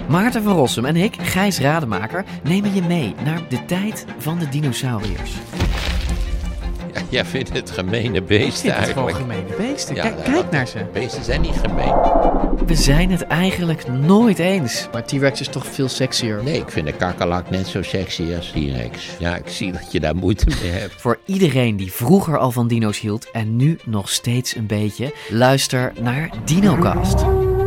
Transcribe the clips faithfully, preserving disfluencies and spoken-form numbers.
Maarten van Rossum en ik, Gijs Rademaker, nemen je mee naar de tijd van de dinosauriërs. Ja, jij vindt het gemene beesten eigenlijk. Het gewoon gemene beesten. Ja, Kijk, kijk naar ze. Beesten zijn niet gemeen. We zijn het eigenlijk nooit eens. Maar T-Rex is toch veel sexier. Nee, ik vind de kakkerlak net zo sexy als T-Rex. Ja, ik zie dat je daar moeite mee hebt. Voor iedereen die vroeger al van dino's hield en nu nog steeds een beetje, luister naar DinoCast.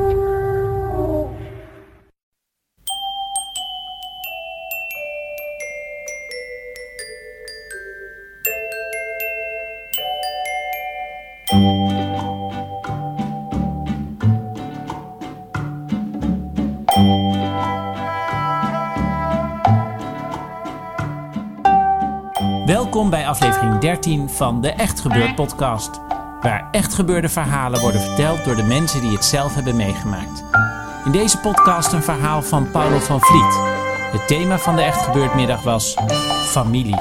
Welkom bij aflevering dertien van de Echt Gebeurd podcast. Waar echt gebeurde verhalen worden verteld door de mensen die het zelf hebben meegemaakt. In deze podcast een verhaal van Paulo van Vliet. Het thema van de Echt Gebeurd middag was familie.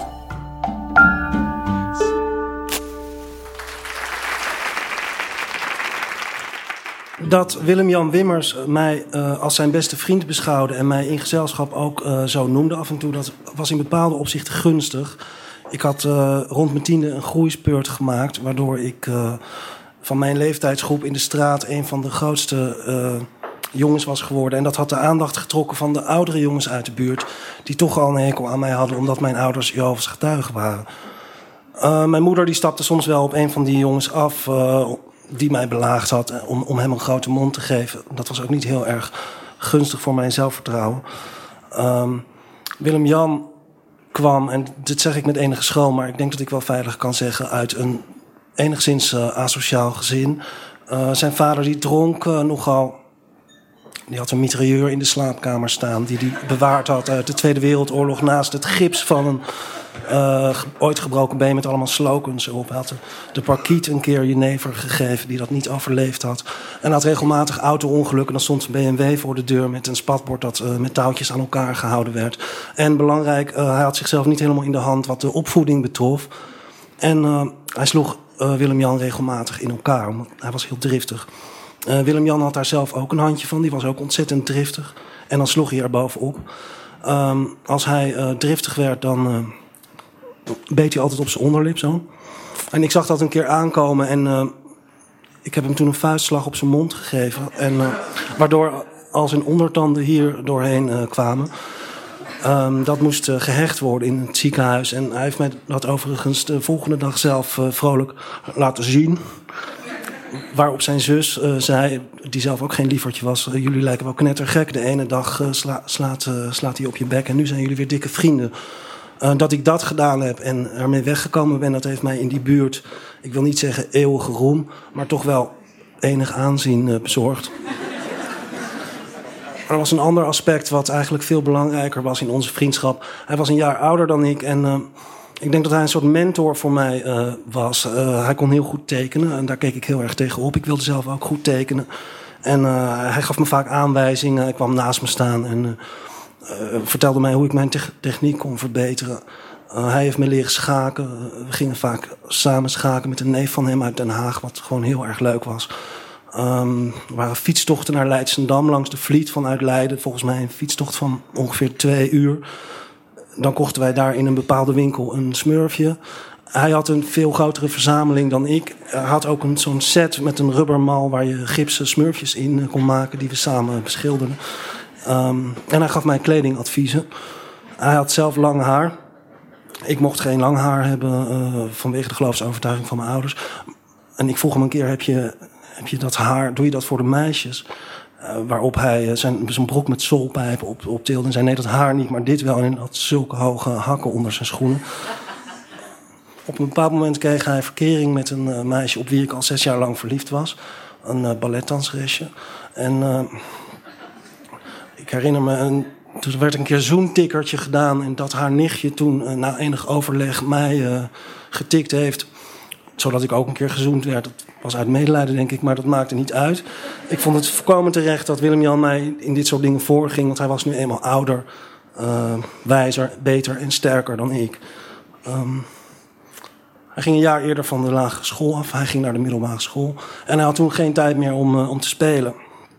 Dat Willem-Jan Wimmers mij uh, als zijn beste vriend beschouwde en mij in gezelschap ook uh, zo noemde af en toe, dat was in bepaalde opzichten gunstig. Ik had uh, rond mijn tiende een groeispeurt gemaakt, waardoor ik uh, van mijn leeftijdsgroep in de straat een van de grootste uh, jongens was geworden. En dat had de aandacht getrokken van de oudere jongens uit de buurt, die toch al een hekel aan mij hadden, omdat mijn ouders Jehovah's getuigen waren. Uh, mijn moeder die stapte soms wel op een van die jongens af, Uh, die mij belaagd had om, om hem een grote mond te geven. Dat was ook niet heel erg gunstig voor mijn zelfvertrouwen. Um, Willem-Jan kwam, en dit zeg ik met enige schroom, maar ik denk dat ik wel veilig kan zeggen, uit een enigszins uh, asociaal gezin. Uh, zijn vader die dronk uh, nogal. Die had een mitrailleur in de slaapkamer staan die hij bewaard had uit de Tweede Wereldoorlog naast het gips van een Uh, ooit gebroken been met allemaal slogans erop. Hij had de, de parkiet een keer jenever gegeven die dat niet overleefd had. En had regelmatig auto-ongelukken. Dan stond een B M W voor de deur met een spatbord dat uh, met touwtjes aan elkaar gehouden werd. En belangrijk, uh, hij had zichzelf niet helemaal in de hand wat de opvoeding betrof. En uh, hij sloeg uh, Willem-Jan regelmatig in elkaar, omdat hij was heel driftig. Uh, Willem-Jan had daar zelf ook een handje van, die was ook ontzettend driftig. En dan sloeg hij er bovenop. Um, als hij uh, driftig werd, dan Uh, beet hij altijd op zijn onderlip zo. En ik zag dat een keer aankomen en uh, ik heb hem toen een vuistslag op zijn mond gegeven. En, uh, waardoor al zijn ondertanden hier doorheen uh, kwamen. Um, dat moest uh, gehecht worden in het ziekenhuis. En hij heeft mij dat overigens de volgende dag zelf uh, vrolijk laten zien. Waarop zijn zus uh, zei, die zelf ook geen lievertje was, Uh, jullie lijken wel knettergek. De ene dag uh, sla, slaat, uh, slaat hij op je bek en nu zijn jullie weer dikke vrienden. Uh, dat ik dat gedaan heb en ermee weggekomen ben, dat heeft mij in die buurt, ik wil niet zeggen eeuwige roem, maar toch wel enig aanzien uh, bezorgd. Er was een ander aspect wat eigenlijk veel belangrijker was in onze vriendschap. Hij was een jaar ouder dan ik en uh, ik denk dat hij een soort mentor voor mij uh, was. Uh, hij kon heel goed tekenen en daar keek ik heel erg tegenop. Ik wilde zelf ook goed tekenen. En uh, hij gaf me vaak aanwijzingen, hij kwam naast me staan en Uh, Uh, vertelde mij hoe ik mijn te- techniek kon verbeteren. Uh, hij heeft me leren schaken. Uh, we gingen vaak samen schaken met een neef van hem uit Den Haag, wat gewoon heel erg leuk was. Um, er waren fietstochten naar Leidschendam langs de Vliet vanuit Leiden. Volgens mij een fietstocht van ongeveer twee uur. Dan kochten wij daar in een bepaalde winkel een smurfje. Hij had een veel grotere verzameling dan ik. Hij had ook een, zo'n set met een rubbermal waar je gipsen smurfjes in kon maken die we samen beschilderden. Um, en hij gaf mij kledingadviezen. Hij had zelf lang haar. Ik mocht geen lang haar hebben uh, vanwege de geloofsovertuiging van mijn ouders. En ik vroeg hem een keer, heb je, heb je dat haar, doe je dat voor de meisjes? Uh, waarop hij uh, zijn, zijn broek met zoolpijpen op, optilde en zei, nee, dat haar niet, maar dit wel. En hij had zulke hoge hakken onder zijn schoenen. Op een bepaald moment kreeg hij verkering met een uh, meisje op wie ik al zes jaar lang verliefd was. Een uh, balletdanseresje. En Uh, ik herinner me, een, er werd een keer zo'n tikkertje gedaan en dat haar nichtje toen uh, na enig overleg mij uh, getikt heeft, zodat ik ook een keer gezoend werd. Dat was uit medelijden, denk ik, maar dat maakte niet uit. Ik vond het volkomen terecht dat Willem-Jan mij in dit soort dingen voorging, want hij was nu eenmaal ouder, uh, wijzer, beter en sterker dan ik. Um, hij ging een jaar eerder van de lagere school af, hij ging naar de middelbare school en hij had toen geen tijd meer om, uh, om te spelen.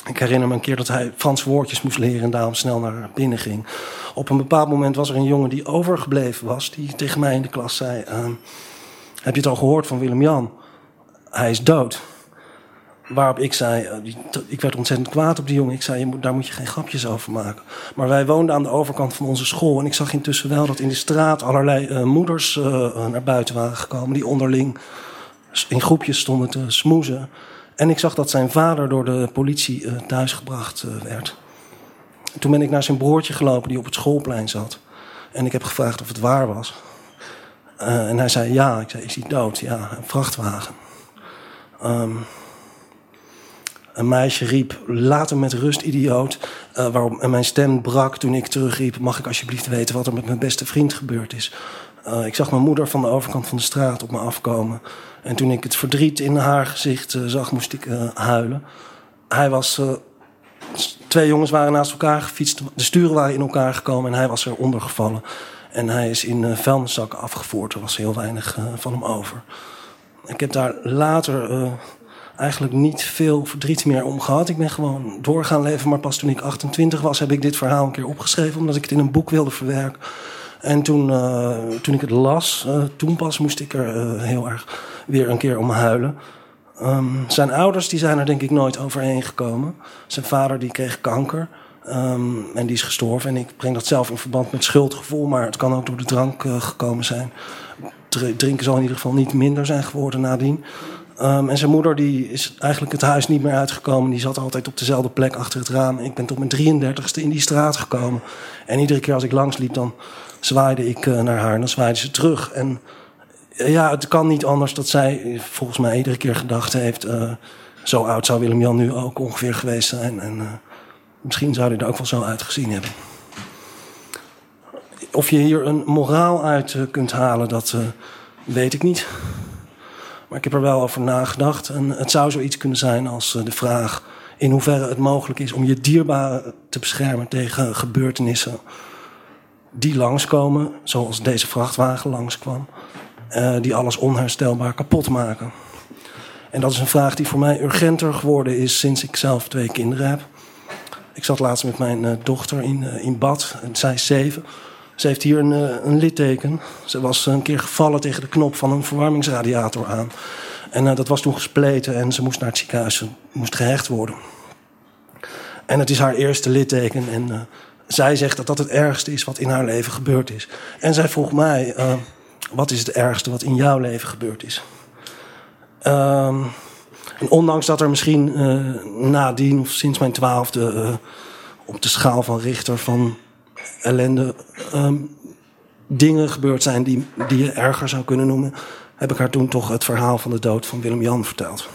Ik herinner me een keer dat hij Franse woordjes moest leren en daarom snel naar binnen ging. Op een bepaald moment was er een jongen die overgebleven was, die tegen mij in de klas zei: Uh, heb je het al gehoord van Willem-Jan? Hij is dood. Waarop ik zei, uh, die, ik werd ontzettend kwaad op die jongen. Ik zei, je moet, daar moet je geen grapjes over maken. Maar wij woonden aan de overkant van onze school. En ik zag intussen wel dat in de straat allerlei uh, moeders uh, naar buiten waren gekomen. Die onderling in groepjes stonden te smoezen. En ik zag dat zijn vader door de politie uh, thuisgebracht uh, werd. Toen ben ik naar zijn broertje gelopen die op het schoolplein zat. En ik heb gevraagd of het waar was. Uh, en hij zei ja. Ik zei, is hij dood? Ja, een vrachtwagen. Um, een meisje riep, laat hem met rust, idioot. Uh, waarop en mijn stem brak toen ik terugriep, mag ik alsjeblieft weten wat er met mijn beste vriend gebeurd is? Uh, ik zag mijn moeder van de overkant van de straat op me afkomen. En toen ik het verdriet in haar gezicht uh, zag, moest ik uh, huilen. Hij was... Uh, twee jongens waren naast elkaar gefietst. De sturen waren in elkaar gekomen en hij was er onder gevallen. En hij is in uh, vuilniszakken afgevoerd. Er was heel weinig uh, van hem over. Ik heb daar later uh, eigenlijk niet veel verdriet meer om gehad. Ik ben gewoon doorgaan leven. Maar pas toen ik achtentwintig was, heb ik dit verhaal een keer opgeschreven, omdat ik het in een boek wilde verwerken. En toen, uh, toen ik het las, uh, toen pas moest ik er uh, heel erg weer een keer om huilen. Um, zijn ouders die zijn er denk ik nooit overheen gekomen. Zijn vader die kreeg kanker um, en die is gestorven. En ik breng dat zelf in verband met schuldgevoel, maar het kan ook door de drank uh, gekomen zijn. Drinken zal in ieder geval niet minder zijn geworden nadien. Um, en zijn moeder die is eigenlijk het huis niet meer uitgekomen. Die zat altijd op dezelfde plek achter het raam. Ik ben tot mijn drieëndertigste in die straat gekomen. En iedere keer als ik langs liep, dan zwaaide ik uh, naar haar en dan zwaaide ze terug. En ja, het kan niet anders dat zij volgens mij iedere keer gedacht heeft, Uh, zo oud zou Willem-Jan nu ook ongeveer geweest zijn. En uh, misschien zou hij er ook wel zo uitgezien hebben. Of je hier een moraal uit uh, kunt halen, dat uh, weet ik niet. Maar ik heb er wel over nagedacht. En het zou zoiets kunnen zijn als uh, de vraag in hoeverre het mogelijk is om je dierbaren te beschermen tegen gebeurtenissen die langskomen, zoals deze vrachtwagen langskwam. Uh, die alles onherstelbaar kapot maken. En dat is een vraag die voor mij urgenter geworden is sinds ik zelf twee kinderen heb. Ik zat laatst met mijn uh, dochter in, uh, in bad. Zij is zeven. Ze heeft hier een, uh, een litteken. Ze was een keer gevallen tegen de knop van een verwarmingsradiator aan. En uh, dat was toen gespleten en ze moest naar het ziekenhuis. Ze moest gehecht worden. En het is haar eerste litteken. En uh, zij zegt dat dat het ergste is wat in haar leven gebeurd is. En zij vroeg mij, Uh, wat is het ergste wat in jouw leven gebeurd is? Um, en ondanks dat er misschien uh, nadien of sinds mijn twaalfde Uh, op de schaal van Richter van ellende Um, dingen gebeurd zijn die, die je erger zou kunnen noemen, heb ik haar toen toch het verhaal van de dood van Willem-Jan verteld.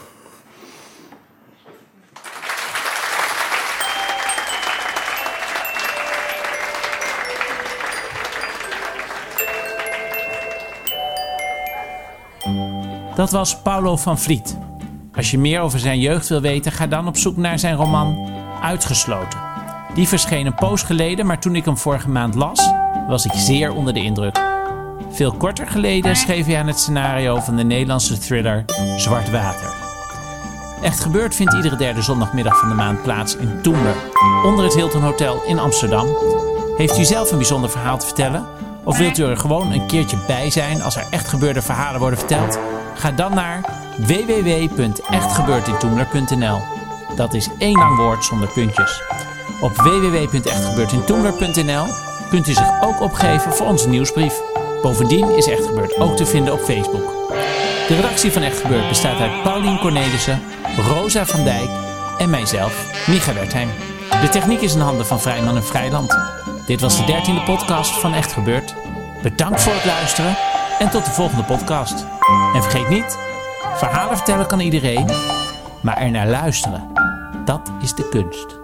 Dat was Paulo van Vliet. Als je meer over zijn jeugd wil weten, ga dan op zoek naar zijn roman Uitgesloten. Die verscheen een poos geleden, maar toen ik hem vorige maand las, was ik zeer onder de indruk. Veel korter geleden schreef hij aan het scenario van de Nederlandse thriller Zwart Water. Echt Gebeurd vindt iedere derde zondagmiddag van de maand plaats in Toemler, onder het Hilton Hotel in Amsterdam. Heeft u zelf een bijzonder verhaal te vertellen? Of wilt u er gewoon een keertje bij zijn als er echt gebeurde verhalen worden verteld? Ga dan naar w w w punt echt gebeurd in toemler punt n l. Dat is één lang woord zonder puntjes. Op w w w punt echt gebeurd in toemler punt n l kunt u zich ook opgeven voor onze nieuwsbrief. Bovendien is Echt Gebeurd ook te vinden op Facebook. De redactie van Echt Gebeurd bestaat uit Paulien Cornelissen, Rosa van Dijk en mijzelf, Micha Wertheim. De techniek is in handen van Vrijman en Vrijland. Dit was de dertiende podcast van Echt Gebeurd. Bedankt voor het luisteren en tot de volgende podcast. En vergeet niet, verhalen vertellen kan iedereen, maar er naar luisteren, dat is de kunst.